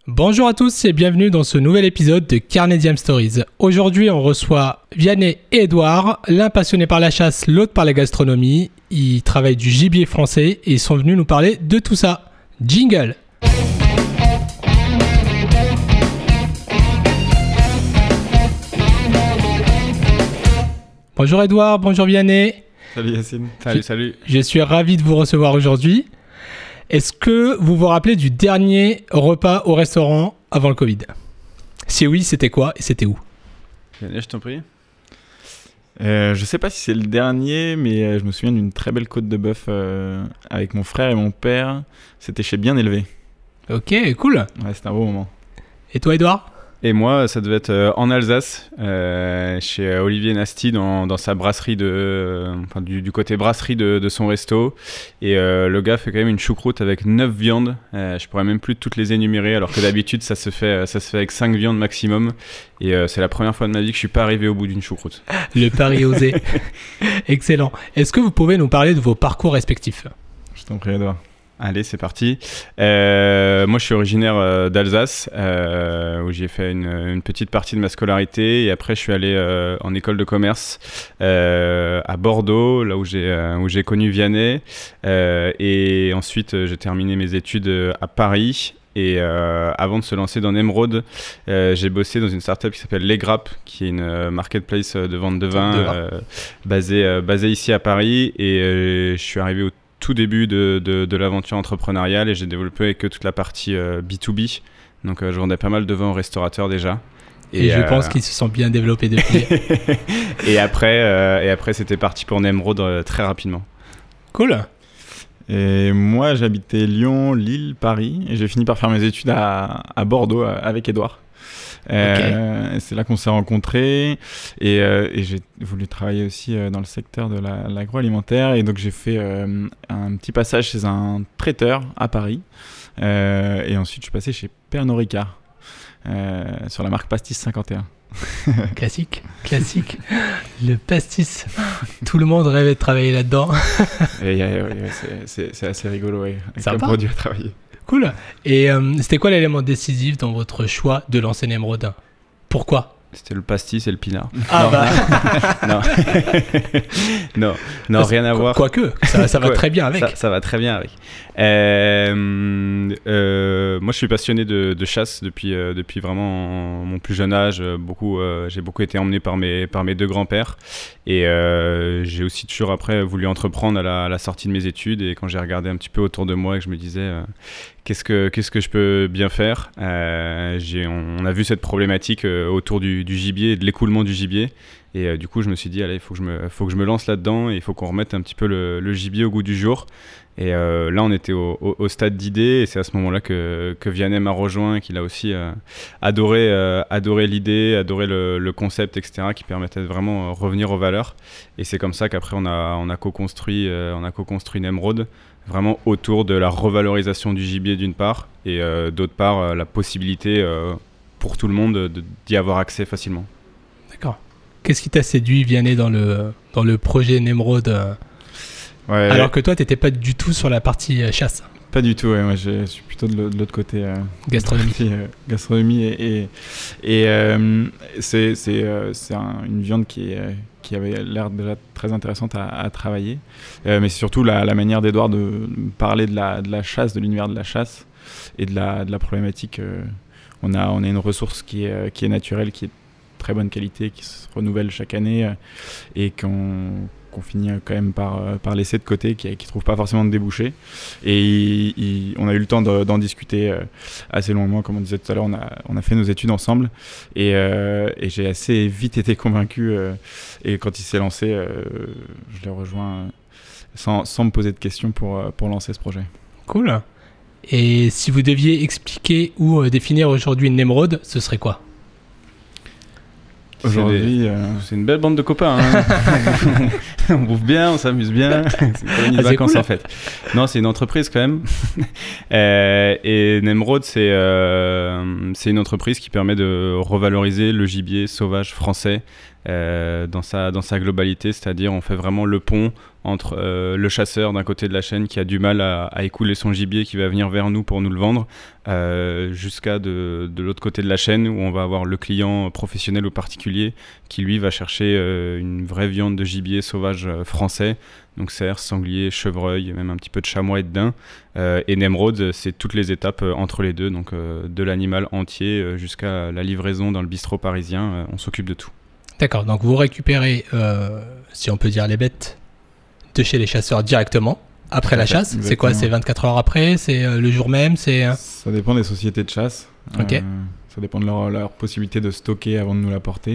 Bonjour à tous et bienvenue dans ce nouvel épisode de Carnedium Stories. Aujourd'hui, on reçoit Vianney et Edouard, l'un passionné par la chasse, l'autre par la gastronomie. Ils travaillent du gibier français et ils sont venus nous parler de tout ça. Jingle! Bonjour Edouard, bonjour Vianney. Salut Yacine. Salut. Je suis ravi de vous recevoir aujourd'hui. Est-ce que vous vous rappelez du dernier repas au restaurant avant le Covid ? Si oui, c'était quoi et c'était où ? Je t'en prie. Je sais pas si c'est le dernier, mais je me souviens d'une très belle côte de bœuf avec mon frère et mon père. C'était chez Bien Élevé. Ok, cool. Ouais, c'était un beau moment. Et toi Edouard ? Et moi, ça devait être en Alsace, chez Olivier Nasty, dans sa brasserie, du côté brasserie de son resto. Et le gars fait quand même une choucroute avec 9 viandes. Je pourrais même plus toutes les énumérer, alors que d'habitude, ça se fait avec 5 viandes maximum. Et c'est la première fois de ma vie que je suis pas arrivé au bout d'une choucroute. Le pari osé. Excellent. Est-ce que vous pouvez nous parler de vos parcours respectifs ? Je t'en prie, Edouard. Allez, c'est parti. Moi, je suis originaire d'Alsace, où j'ai fait une petite partie de ma scolarité. Et après, je suis allé en école de commerce à Bordeaux, là où j'ai connu Vianney. Et ensuite, j'ai terminé mes études à Paris. Et avant de se lancer dans Nemrod, j'ai bossé dans une startup qui s'appelle Les Grappes, qui est une marketplace de vente de vin basée ici à Paris. Et je suis arrivé au tout début de l'aventure entrepreneuriale et j'ai développé avec eux toute la partie B2B. Donc je vendais pas mal de vin aux restaurateurs déjà. Et je pense qu'ils se sont bien développés depuis. et après c'était parti pour Nemrod très rapidement. Cool. Et moi, j'habitais Lyon, Lille, Paris. Et j'ai fini par faire mes études à Bordeaux avec Edouard. Okay. C'est là qu'on s'est rencontrés et j'ai voulu travailler aussi dans le secteur de l'agroalimentaire et donc j'ai fait un petit passage chez un traiteur à Paris et ensuite je suis passé chez Pernod Ricard sur la marque Pastis 51. Classique, le pastis, tout le monde rêvait de travailler là-dedans. C'est assez rigolo, ouais, comme produit à travailler. Cool. Et c'était quoi l'élément décisif dans votre choix de lancer Nemrod ? Pourquoi ? C'était le pastis et le pinard. Non, rien à voir. Quoique, ça va très bien avec. Ça va très bien avec. Moi, je suis passionné de chasse depuis vraiment mon plus jeune âge. J'ai beaucoup été emmené par mes deux grands-pères. Et j'ai aussi toujours après voulu entreprendre à la sortie de mes études. Et quand j'ai regardé un petit peu autour de moi et que je me disais qu'est-ce que je peux bien faire, on a vu cette problématique autour du gibier et de l'écoulement du gibier. Et du coup, je me suis dit, allez, il faut que je me lance là-dedans et il faut qu'on remette un petit peu le gibier au goût du jour. Et là, on était au stade d'idée et c'est à ce moment-là que Vianney m'a rejoint et qu'il a aussi adoré l'idée, adoré le concept, etc., qui permettait de vraiment revenir aux valeurs. Et c'est comme ça qu'après, on a co-construit Nemrod, vraiment autour de la revalorisation du gibier d'une part et d'autre part, la possibilité pour tout le monde d'y avoir accès facilement. D'accord. Qu'est-ce qui t'a séduit, Vianney, dans le projet Nemrod alors que toi, tu n'étais pas du tout sur la partie chasse. Pas du tout, ouais. Moi je suis plutôt de l'autre côté. Gastronomie. Gastronomie et c'est une viande qui avait l'air déjà très intéressante à travailler. Mais c'est surtout la manière d'Edouard de parler de la chasse, de l'univers de la chasse et de la problématique. On a une ressource qui est naturelle, qui est de très bonne qualité, qui se renouvelle chaque année et qu'on finit quand même par laisser de côté, qui ne trouve pas forcément de débouchés. Et on a eu le temps d'en discuter assez longuement. Comme on disait tout à l'heure, on a fait nos études ensemble. Et j'ai assez vite été convaincu. Et quand il s'est lancé, je l'ai rejoint sans me poser de questions pour lancer ce projet. Cool. Et si vous deviez expliquer ou définir aujourd'hui Nemrod, ce serait quoi ? Aujourd'hui, c'est une belle bande de copains. Hein. On bouffe bien, on s'amuse bien. C'est une colonie de vacances cool. En fait. Non, c'est une entreprise quand même. Et Nemrod, c'est une entreprise qui permet de revaloriser le gibier sauvage français dans sa globalité, c'est-à-dire on fait vraiment le pont entre le chasseur d'un côté de la chaîne qui a du mal à écouler son gibier, qui va venir vers nous pour nous le vendre, jusqu'à de l'autre côté de la chaîne où on va avoir le client professionnel ou particulier qui lui va chercher une vraie viande de gibier sauvage français, donc cerf, sanglier, chevreuil, même un petit peu de chamois et de daim. Et Nemrod, c'est toutes les étapes entre les deux, donc de l'animal entier jusqu'à la livraison dans le bistrot parisien, on s'occupe de tout. D'accord, donc vous récupérez, si on peut dire, les bêtes de chez les chasseurs directement, après la chasse. Exactement. C'est quoi, c'est 24 heures après, c'est le jour même, c'est... Ça dépend des sociétés de chasse. Ok. Ça dépend de leur possibilité de stocker avant de nous l'apporter.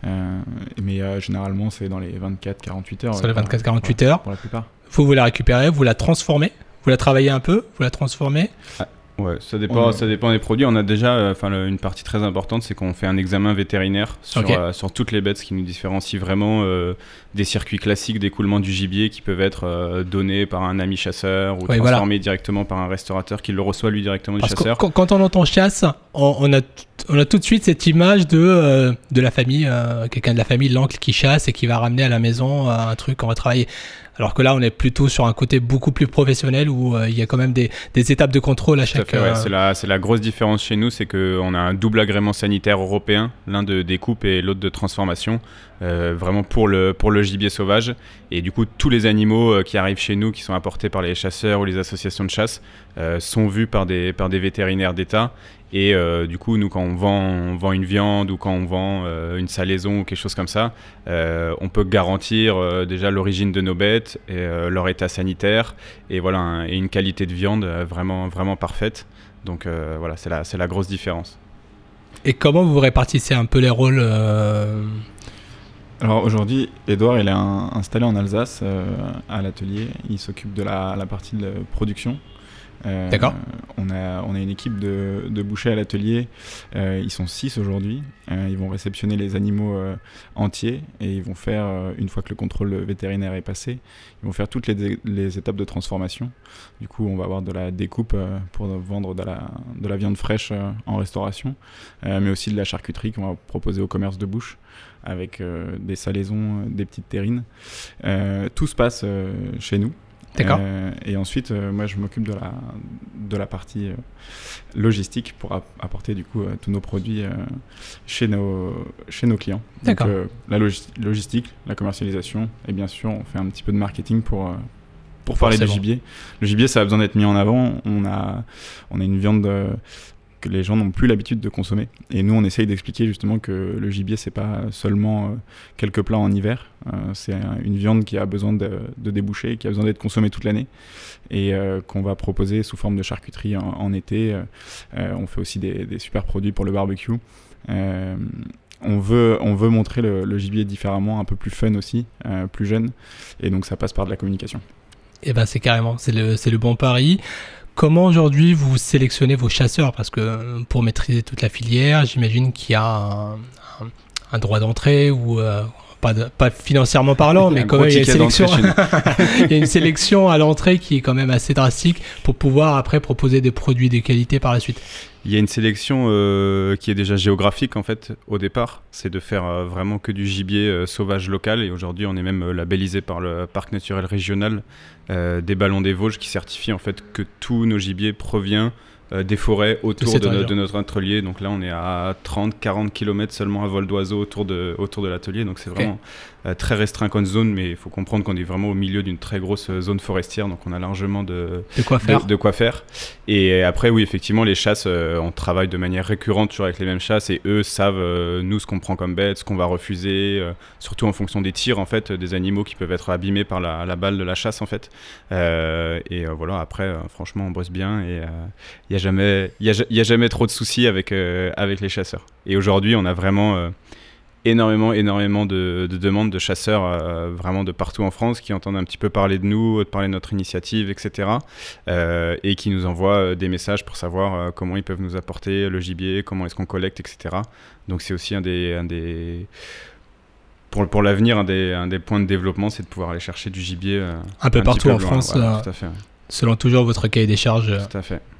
Mais généralement, c'est dans les 24-48 heures. Sur les 24-48 heures. Pour la plupart. Vous la récupérez, vous la transformez, vous la travaillez un peu, vous la transformez. Ouais, ça dépend des produits. On a déjà une partie très importante, c'est qu'on fait un examen vétérinaire sur toutes les bêtes, ce qui nous différencie vraiment des circuits classiques d'écoulement du gibier qui peuvent être donnés par un ami chasseur ou transformés directement par un restaurateur qui le reçoit lui directement du chasseur. Quand on entend chasse, on a tout de suite cette image de la famille, quelqu'un de la famille, l'oncle qui chasse et qui va ramener à la maison un truc qu'on va travailler. Alors que là, on est plutôt sur un côté beaucoup plus professionnel où il y a quand même des étapes de contrôle à chaque... C'est la grosse différence chez nous, c'est qu'on a un double agrément sanitaire européen, l'un de découpe et l'autre de transformation, vraiment pour le gibier sauvage. Et du coup, tous les animaux qui arrivent chez nous, qui sont apportés par les chasseurs ou les associations de chasse, sont vus par des vétérinaires d'État. Et du coup, nous, quand on vend une viande ou quand on vend une salaison ou quelque chose comme ça, on peut garantir déjà l'origine de nos bêtes et leur état sanitaire et voilà, et une qualité de viande vraiment, vraiment parfaite. Donc voilà, c'est la grosse différence. Et comment vous répartissez un peu les rôles Alors aujourd'hui, Edouard, il est installé en Alsace à l'atelier. Il s'occupe de la partie de production. D'accord. On a une équipe de bouchers à l'atelier. Ils sont 6 aujourd'hui. Ils vont réceptionner les animaux entiers et ils vont faire, une fois que le contrôle vétérinaire est passé, ils vont faire toutes les étapes de transformation. Du coup, on va avoir de la découpe pour vendre de la viande fraîche en restauration, mais aussi de la charcuterie qu'on va proposer au commerce de bouche avec des salaisons, des petites terrines. Tout se passe chez nous. D'accord. Et ensuite, moi, je m'occupe de la partie logistique pour apporter du coup tous nos produits chez nos clients. D'accord. Donc, la logistique, la commercialisation, et bien sûr, on fait un petit peu de marketing pour parler du gibier. Le gibier, ça a besoin d'être mis en avant. On a une viande que les gens n'ont plus l'habitude de consommer. Et nous, on essaye d'expliquer justement que le gibier, c'est pas seulement quelques plats en hiver. C'est une viande qui a besoin de déboucher, qui a besoin d'être consommée toute l'année et qu'on va proposer sous forme de charcuterie en été. On fait aussi des super produits pour le barbecue. On veut montrer le gibier différemment, un peu plus fun aussi, plus jeune. Et donc, ça passe par de la communication. Eh ben, c'est carrément, c'est le bon pari. Comment aujourd'hui vous sélectionnez vos chasseurs ? Parce que pour maîtriser toute la filière, j'imagine qu'il y a un droit d'entrée ou pas financièrement parlant, mais quand même il y a une sélection. Il y a une sélection à l'entrée qui est quand même assez drastique pour pouvoir après proposer des produits de qualité par la suite. Il y a une sélection qui est déjà géographique en fait au départ, c'est de faire vraiment que du gibier sauvage local et aujourd'hui on est même labellisé par le parc naturel régional des Ballons des Vosges qui certifie en fait que tous nos gibiers provient des forêts autour de notre atelier. Donc là on est à 30-40 km seulement à vol d'oiseau autour de l'atelier, donc c'est vraiment très restreint comme zone, mais il faut comprendre qu'on est vraiment au milieu d'une très grosse zone forestière, donc on a largement de quoi faire. Et après oui, effectivement les chasses, on travaille de manière récurrente toujours avec les mêmes chasses et eux savent nous ce qu'on prend comme bête, ce qu'on va refuser, surtout en fonction des tirs en fait, des animaux qui peuvent être abîmés par la balle de la chasse en fait. Voilà, après franchement on bosse bien et il y a jamais trop de soucis avec les chasseurs. Et aujourd'hui on a vraiment énormément de demandes de chasseurs vraiment de partout en France qui entendent un petit peu parler de nous, de parler de notre initiative, etc. Et qui nous envoient des messages pour savoir comment ils peuvent nous apporter le gibier, comment est-ce qu'on collecte, etc. Donc c'est aussi un des pour l'avenir, un des points de développement, c'est de pouvoir aller chercher du gibier un peu partout en France, voilà, tout à fait, ouais. Selon toujours votre cahier des charges. Tout à fait.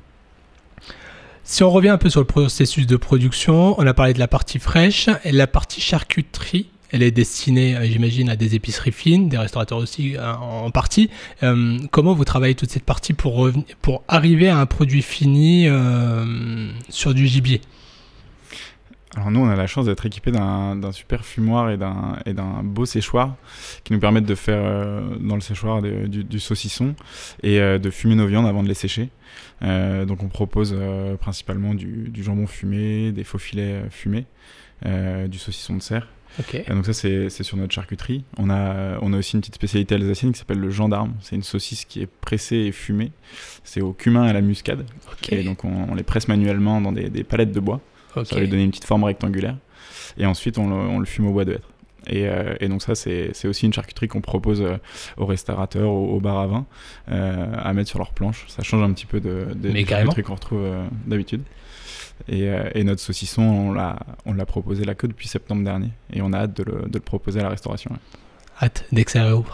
Si on revient un peu sur le processus de production, on a parlé de la partie fraîche et la partie charcuterie. elle est destinée, j'imagine, à des épiceries fines, des restaurateurs aussi en partie. Comment vous travaillez toute cette partie pour arriver à un produit fini sur du gibier ? Alors nous, on a la chance d'être équipés d'un super fumoir et d'un beau séchoir qui nous permettent de faire dans le séchoir du saucisson et de fumer nos viandes avant de les sécher. Donc on propose principalement du jambon fumé, des faux filets fumés, du saucisson de cerf. Okay. Et donc ça c'est sur notre charcuterie. On a aussi une petite spécialité alsacienne qui s'appelle le gendarme. C'est une saucisse qui est pressée et fumée. C'est au cumin et à la muscade. Okay. Et donc on les presse manuellement dans des palettes de bois. Okay. Ça va lui donner une petite forme rectangulaire. Et ensuite, on le fume au bois de hêtre. Et donc ça, c'est aussi une charcuterie qu'on propose aux restaurateurs, aux bars à vin, à mettre sur leur planche. Ça change un petit peu des charcuteries qu'on retrouve d'habitude. Et notre saucisson, on l'a proposé là que depuis septembre dernier. Et on a hâte de le proposer à la restauration. Ouais. Hâte dès que ça réouvre.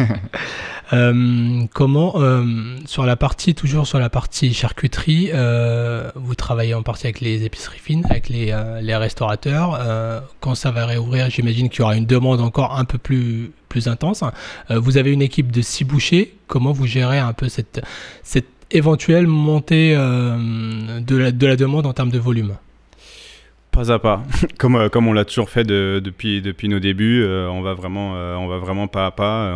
Comment, toujours sur la partie charcuterie, vous travaillez en partie avec les épiceries fines, avec les restaurateurs. Quand ça va réouvrir, j'imagine qu'il y aura une demande encore un peu plus intense. Vous avez une équipe de 6 bouchers. Comment vous gérez un peu cette éventuelle montée de la demande en termes de volume ? Pas à pas, comme on l'a toujours fait depuis nos débuts, on va vraiment pas à pas,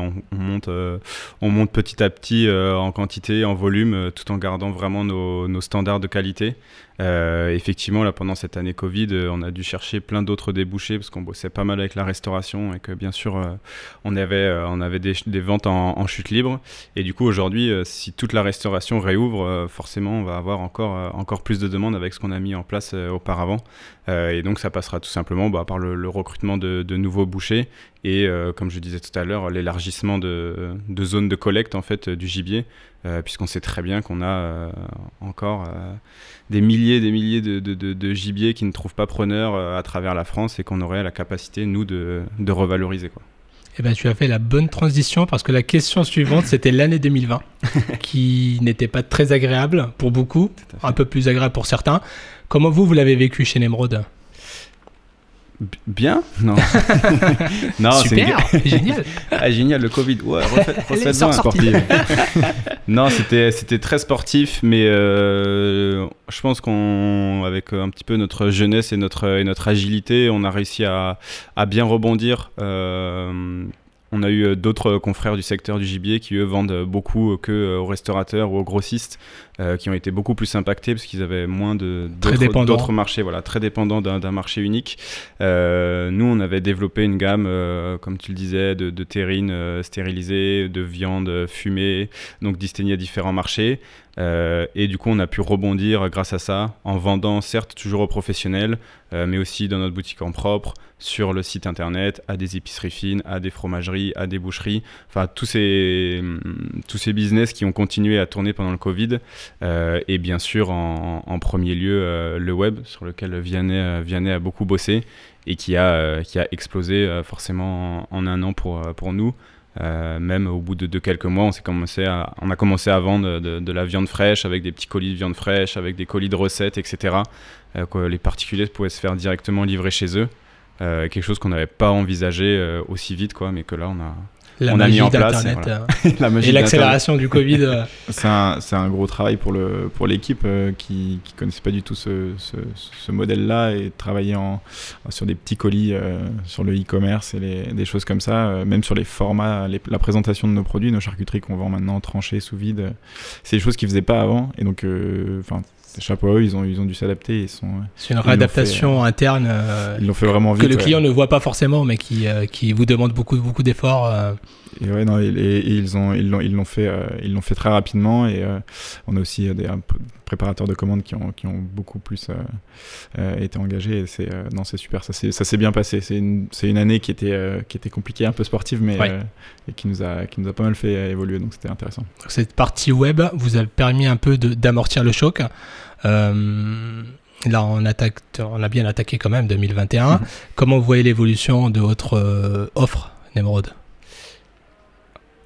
on monte petit à petit en quantité, en volume, tout en gardant vraiment nos standards de qualité. Effectivement, là, pendant cette année Covid, on a dû chercher plein d'autres débouchés parce qu'on bossait pas mal avec la restauration et que bien sûr, on avait des ventes en chute libre. Et du coup, aujourd'hui, si toute la restauration réouvre, forcément, on va avoir encore plus de demandes avec ce qu'on a mis en place auparavant. Et donc, ça passera tout simplement par le recrutement de nouveaux bouchers et, comme je disais tout à l'heure, l'élargissement de zones de collecte en fait, du gibier, puisqu'on sait très bien qu'on a encore des milliers de gibiers qui ne trouvent pas preneur à travers la France et qu'on aurait la capacité, nous, de revaloriser, quoi. Eh ben, tu as fait la bonne transition parce que la question suivante, c'était l'année 2020 qui n'était pas très agréable pour beaucoup, un peu plus agréable pour certains. Comment vous l'avez vécu chez Nemrod ? Bien ? Non. Non, super, génial. Ah, génial, le Covid. Ouais, refaites-en un sportif. Non, c'était très sportif, mais je pense qu'avec un petit peu notre jeunesse et notre agilité, on a réussi à bien rebondir. On a eu d'autres confrères du secteur du gibier qui, eux, vendent beaucoup aux restaurateurs ou aux grossistes, qui ont été beaucoup plus impactés parce qu'ils avaient moins d'autres marchés, voilà, très dépendants d'un marché unique. Nous, on avait développé une gamme, comme tu le disais, de terrines stérilisées, de viande fumée, donc destinées à différents marchés. Et du coup, on a pu rebondir grâce à ça, en vendant certes toujours aux professionnels, mais aussi dans notre boutique en propre, sur le site internet, à des épiceries fines, à des fromageries, à des boucheries, enfin tous ces business qui ont continué à tourner pendant le Covid, et bien sûr en premier lieu le web sur lequel Vianney a beaucoup bossé et qui a explosé forcément en un an pour nous. Même au bout de quelques mois, on a commencé à vendre de la viande fraîche avec des petits colis de viande fraîche, avec des colis de recettes, etc. Que les particuliers pouvaient se faire directement livrer chez eux. Quelque chose qu'on n'avait pas envisagé aussi vite, quoi, mais que là, on a mis en place. Et l'accélération du Covid. C'est un gros travail pour l'équipe qui connaissait pas du tout ce modèle-là et travailler sur des petits colis, sur le e-commerce et des choses comme ça, même sur les formats, la présentation de nos produits, nos charcuteries qu'on vend maintenant tranchées sous vide, c'est des choses qu'ils faisaient pas avant. Et donc, chapeau à eux, ils ont dû s'adapter. C'est une réadaptation interne. Ils l'ont fait vraiment vite. Que le client ne voit pas forcément, mais qui vous demande beaucoup d'efforts. Et ouais, non, ils l'ont fait très rapidement. Et on a aussi des préparateurs de commandes qui ont beaucoup plus été engagés. Et c'est super. Ça s'est bien passé. C'est une année qui était compliquée, un peu sportive, mais et qui nous a pas mal fait évoluer. Donc c'était intéressant. Donc, cette partie web vous a permis un peu d'amortir le choc. Là, on a bien attaqué quand même 2021. Comment vous voyez l'évolution de votre offre, Nemrod ?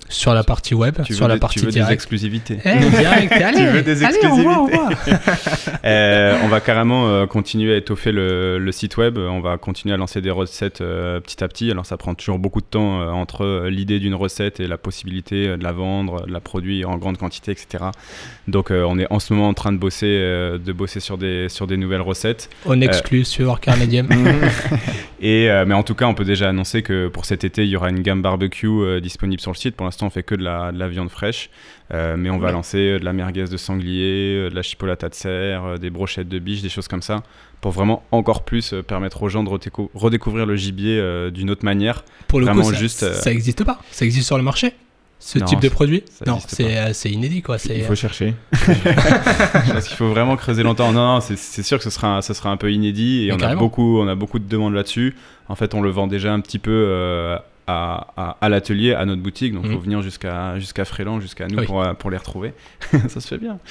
sur la partie web, sur la partie tu veux direct. Des exclusivités. Direct, allez, tu veux des exclusivités. Allez, on voit. On va carrément continuer à étoffer le site web. On va continuer à lancer des recettes petit à petit. Alors ça prend toujours beaucoup de temps entre l'idée d'une recette et la possibilité de la vendre, de la produire en grande quantité, etc. Donc on est en ce moment en train de bosser sur des nouvelles recettes. On exclut sur Carnedium. Mais en tout cas, on peut déjà annoncer que pour cet été, il y aura une gamme barbecue disponible sur le site. Pour l'instant, on fait que de la viande fraîche. Mais on va lancer de la merguez de sanglier, de la chipolata de cerf, des brochettes de biche, des choses comme ça, pour vraiment encore plus permettre aux gens de redécouvrir le gibier d'une autre manière. Pour le vraiment coup, ça n'existe pas. Ça existe sur le marché, ce type de produit? Non, c'est inédit, quoi. Il faut chercher. Je pense qu'il faut vraiment creuser longtemps. Non, c'est sûr que ce sera un peu inédit et on a beaucoup de demandes là-dessus. En fait, on le vend déjà un petit peu à l'atelier, à notre boutique, donc il faut venir jusqu'à Fréland, jusqu'à nous pour les retrouver. Ça se fait bien.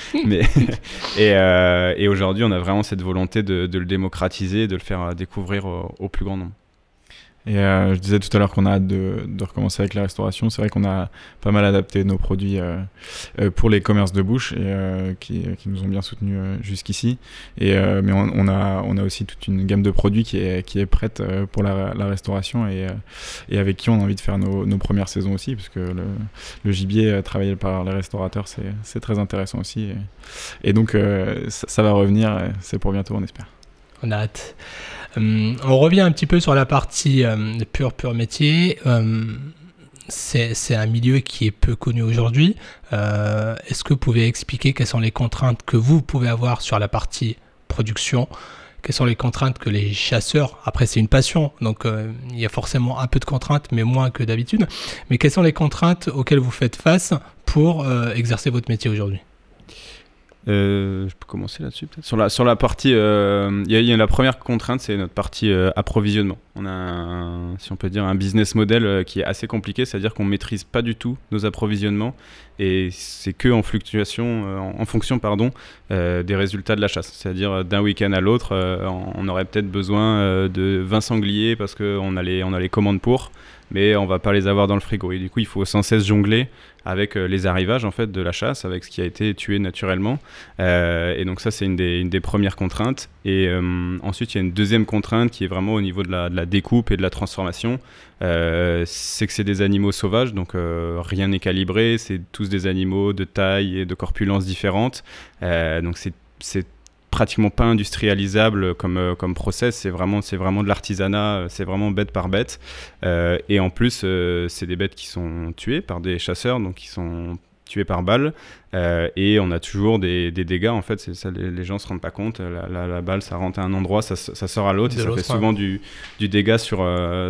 Et aujourd'hui, on a vraiment cette volonté de le démocratiser, de le faire découvrir au plus grand nombre. Et je disais tout à l'heure qu'on a hâte de recommencer avec la restauration. C'est vrai qu'on a pas mal adapté nos produits pour les commerces de bouche et qui nous ont bien soutenus jusqu'ici. Mais on a aussi toute une gamme de produits qui est prête pour la restauration et avec qui on a envie de faire nos premières saisons aussi, parce que le gibier travaillé par les restaurateurs, c'est très intéressant aussi. Et donc ça va revenir, c'est pour bientôt, on espère. On a hâte. On revient un petit peu sur la partie pur métier. C'est un milieu qui est peu connu aujourd'hui. Est-ce que vous pouvez expliquer quelles sont les contraintes que vous pouvez avoir sur la partie production? Quelles sont les contraintes que les chasseurs... Après, c'est une passion, donc il y a forcément un peu de contraintes, mais moins que d'habitude. Mais quelles sont les contraintes auxquelles vous faites face pour exercer votre métier aujourd'hui? Je peux commencer là-dessus peut-être. Sur la partie, il y a la première contrainte, c'est notre partie approvisionnement. On a, si on peut dire, un business model qui est assez compliqué, c'est-à-dire qu'on maîtrise pas du tout nos approvisionnements et c'est que en fonction des résultats de la chasse. C'est-à-dire d'un week-end à l'autre, on aurait peut-être besoin de 20 sangliers parce qu'on a les commandes pour, mais on va pas les avoir dans le frigo. Et du coup, il faut sans cesse jongler avec les arrivages en fait de la chasse, avec ce qui a été tué naturellement. Et donc ça, c'est une des premières contraintes. Et ensuite, il y a une deuxième contrainte qui est vraiment au niveau de la découpe et de la transformation. C'est que c'est des animaux sauvages, donc rien n'est calibré. C'est tous des animaux de taille et de corpulence différentes. Donc c'est pratiquement pas industrialisable comme process, c'est vraiment de l'artisanat, c'est vraiment bête par bête. Et en plus, c'est des bêtes qui sont tuées par des chasseurs, donc qui sont tués par balle. Et on a toujours des dégâts, en fait, c'est ça, les gens se rendent pas compte. La balle, ça rentre à un endroit, ça sort à l'autre, et ça fait souvent du dégât sur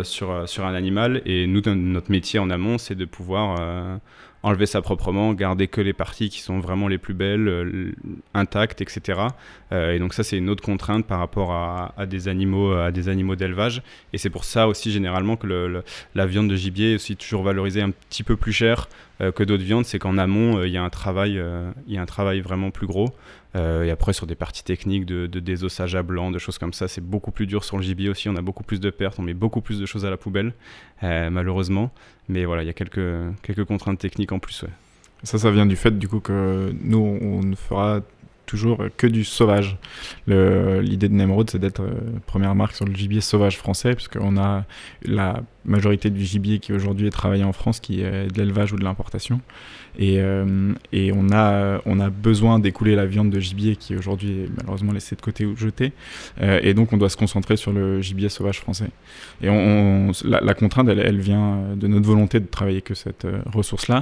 un animal. Et nous, notre métier en amont, c'est de pouvoir enlever ça proprement, garder que les parties qui sont vraiment les plus belles, intactes, etc. Et donc ça, c'est une autre contrainte par rapport à des animaux d'élevage. Et c'est pour ça aussi généralement que la viande de gibier est aussi toujours valorisée un petit peu plus cher que d'autres viandes. C'est qu'en amont, il y a un travail vraiment plus gros. Et après, sur des parties techniques de désossage à blanc, de choses comme ça, c'est beaucoup plus dur sur le gibier aussi. On a beaucoup plus de pertes, on met beaucoup plus de choses à la poubelle, malheureusement. Mais voilà, il y a quelques contraintes techniques en plus. Ouais. Ça vient du fait du coup que nous, on ne fera toujours que du sauvage. L'idée de Nemrod, c'est d'être première marque sur le gibier sauvage français, puisqu'on a la majorité du gibier qui aujourd'hui est travaillé en France, qui est de l'élevage ou de l'importation. Et on a besoin d'écouler la viande de gibier qui aujourd'hui est malheureusement laissée de côté ou jetée. Et donc on doit se concentrer sur le gibier sauvage français. Et la contrainte, elle vient de notre volonté de travailler que cette ressource-là.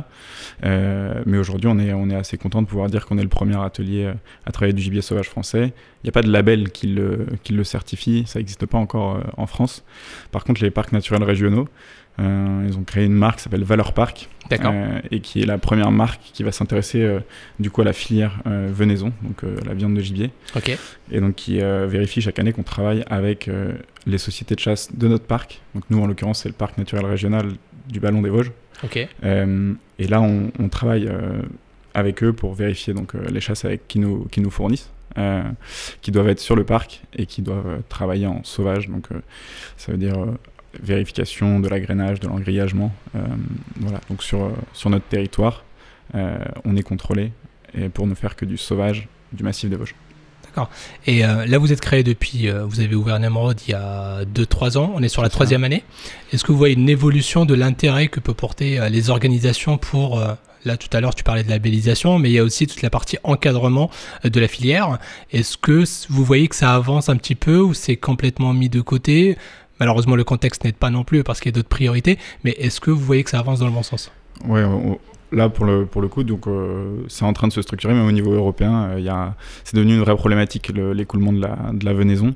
Mais aujourd'hui, on est assez content de pouvoir dire qu'on est le premier atelier à travailler du gibier sauvage français. Il n'y a pas de label qui le certifie, ça n'existe pas encore en France. Par contre, les parcs naturels régionaux, ils ont créé une marque qui s'appelle Valeur Parc, et qui est la première marque qui va s'intéresser du coup à la filière venaison, donc la viande de gibier. Okay. Et donc qui vérifie chaque année qu'on travaille avec les sociétés de chasse de notre parc. Donc nous, en l'occurrence, c'est le parc naturel régional du Ballon des Vosges. Okay. Et là, on travaille avec eux pour vérifier donc, les chasses qui nous fournissent. Qui doivent être sur le parc et qui doivent travailler en sauvage. Donc, ça veut dire vérification de l'agrainage, de l'engrillagement. Voilà. Donc sur notre territoire, on est contrôlé et pour ne faire que du sauvage du massif des Vosges. D'accord. Et là, vous êtes créé depuis, vous avez ouvert Nemrod il y a 2-3 ans, on est sur la 3e année. Est-ce que vous voyez une évolution de l'intérêt que peut porter les organisations pour... Là, tout à l'heure, tu parlais de labellisation, mais il y a aussi toute la partie encadrement de la filière. Est-ce que vous voyez que ça avance un petit peu ou c'est complètement mis de côté ? Malheureusement, le contexte n'aide pas non plus parce qu'il y a d'autres priorités, mais est-ce que vous voyez que ça avance dans le bon sens ? Ouais, là, pour le coup, donc, c'est en train de se structurer, mais au niveau européen, c'est devenu une vraie problématique, l'écoulement de la venaison.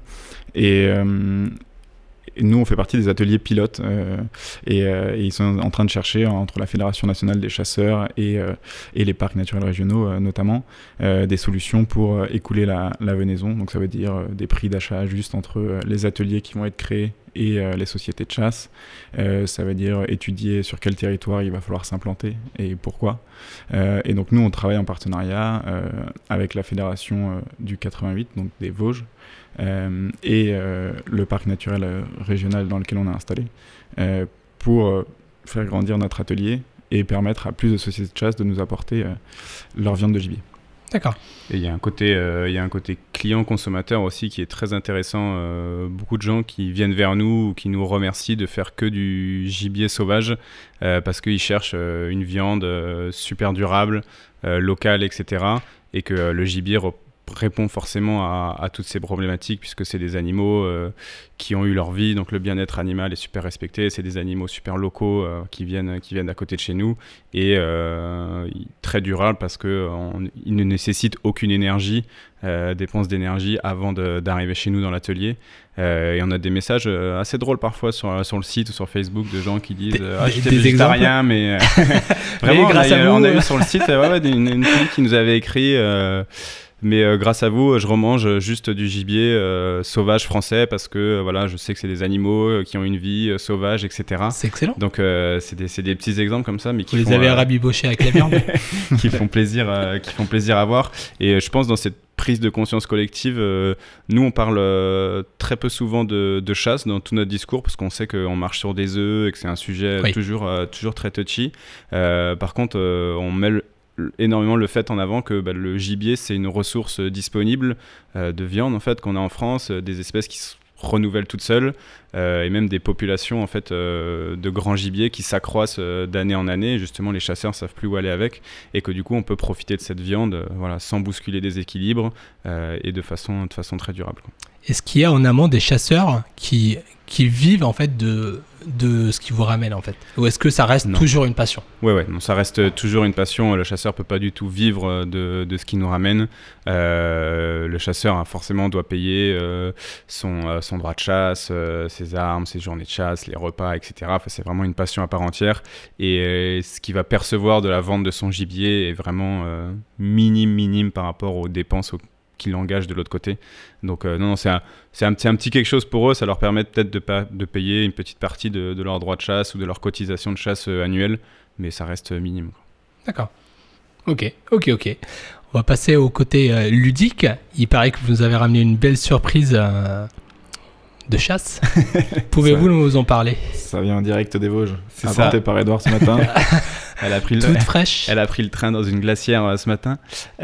Et nous, on fait partie des ateliers pilotes et ils sont en train de chercher, entre la Fédération nationale des chasseurs et les parcs naturels régionaux notamment, des solutions pour écouler la venaison. Donc ça veut dire des prix d'achat justes entre les ateliers qui vont être créés et les sociétés de chasse. Ça veut dire étudier sur quel territoire il va falloir s'implanter et pourquoi. Et donc nous, on travaille en partenariat avec la Fédération du 88, donc des Vosges, et le parc naturel régional dans lequel on est installé pour faire grandir notre atelier et permettre à plus de sociétés de chasse de nous apporter leur viande de gibier. D'accord. Et il y a un côté client-consommateur aussi qui est très intéressant. Beaucoup de gens qui viennent vers nous ou qui nous remercient de faire que du gibier sauvage parce qu'ils cherchent une viande super durable, locale, etc. Et que le gibier répond forcément à toutes ces problématiques puisque c'est des animaux qui ont eu leur vie, donc le bien-être animal est super respecté, c'est des animaux super locaux qui viennent à côté de chez nous et très durables parce qu'ils ne nécessitent aucune énergie, dépense d'énergie avant d'arriver chez nous dans l'atelier. Et on a des messages assez drôles parfois sur le site ou sur Facebook de gens qui disent j'étais végétarien mais vraiment on a eu sur le site une fille qui nous avait écrit mais grâce à vous, je remange juste du gibier sauvage français parce que voilà, je sais que c'est des animaux qui ont une vie sauvage, etc. C'est excellent. Donc c'est des petits exemples comme ça, mais qui vous les avez rabibochés avec la viande, qui font plaisir à voir. Et je pense dans cette prise de conscience collective, nous on parle très peu souvent de chasse dans tout notre discours parce qu'on sait qu'on marche sur des œufs et que c'est un sujet toujours très touchy. Par contre, on met énormément le fait en avant que le gibier c'est une ressource disponible de viande en fait qu'on a en France, des espèces qui se renouvellent toutes seules et même des populations en fait de grands gibiers qui s'accroissent d'année en année. Justement les chasseurs savent plus où aller avec et que du coup on peut profiter de cette viande sans bousculer des équilibres et de façon très durable, quoi. Est-ce qu'il y a en amont des chasseurs qui vivent en fait de ce qui vous ramène en fait, ou est-ce que ça reste toujours une passion ? Ouais, non, ça reste toujours une passion. Le chasseur peut pas du tout vivre de ce qui nous ramène. Le chasseur forcément doit payer son droit de chasse, ses armes, ses journées de chasse, les repas, etc. Enfin, c'est vraiment une passion à part entière. Et ce qu'il va percevoir de la vente de son gibier est vraiment minime par rapport aux dépenses qui l'engagent de l'autre côté. Donc non, c'est un petit quelque chose pour eux. Ça leur permet peut-être de payer une petite partie de leur droit de chasse ou de leur cotisation de chasse annuelle, mais ça reste minime, quoi. D'accord. Ok. On va passer au côté ludique. Il paraît que vous nous avez ramené une belle surprise de chasse. Pouvez-vous nous en parler ? Ça vient en direct des Vosges. C'est apporté par Edouard ce matin. Toute fraîche. Elle a pris le train dans une glacière ce matin.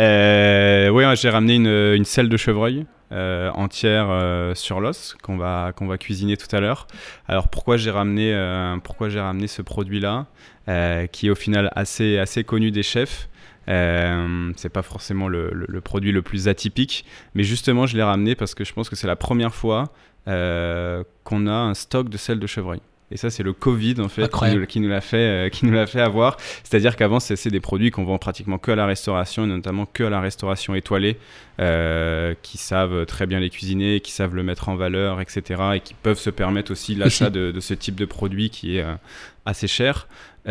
J'ai ramené une selle de chevreuil entière sur l'os qu'on va cuisiner tout à l'heure. Alors pourquoi j'ai ramené ce produit-là qui est au final assez connu des chefs. C'est pas forcément le produit le plus atypique, mais justement je l'ai ramené parce que je pense que c'est la première fois qu'on a un stock de selle de chevreuil. Et ça, c'est le Covid en fait qui nous l'a fait avoir. C'est-à-dire qu'avant, c'est des produits qu'on vend pratiquement que à la restauration, et notamment que à la restauration étoilée, qui savent très bien les cuisiner, qui savent le mettre en valeur, etc. Et qui peuvent se permettre aussi l'achat de ce type de produit qui est assez cher.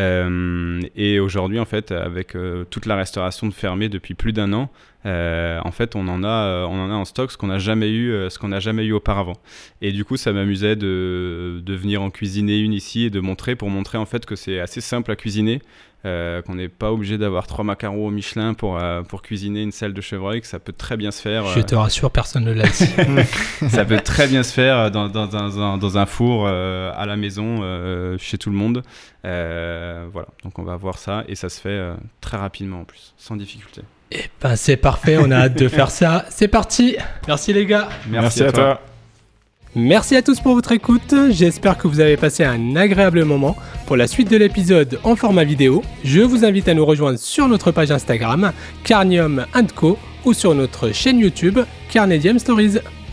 Et aujourd'hui, en fait, avec toute la restauration fermée depuis plus d'1 an, en fait, on en a en stock ce qu'on n'a jamais eu auparavant. Et du coup, ça m'amusait de venir en cuisiner une ici et pour montrer en fait que c'est assez simple à cuisiner. qu'on n'est pas obligé d'avoir 3 macarons au Michelin pour cuisiner une selle de chevreuil, que ça peut très bien se faire. Je te rassure, personne ne l'a dit. Ça peut très bien se faire dans un four à la maison, chez tout le monde. Voilà, donc on va voir ça et ça se fait très rapidement en plus, sans difficulté. Eh ben c'est parfait, on a hâte de faire ça. C'est parti. Merci les gars. Merci à toi. Merci à tous pour votre écoute. J'espère que vous avez passé un agréable moment. Pour la suite de l'épisode en format vidéo, je vous invite à nous rejoindre sur notre page Instagram Carnium & Co ou sur notre chaîne YouTube Carnedium Stories.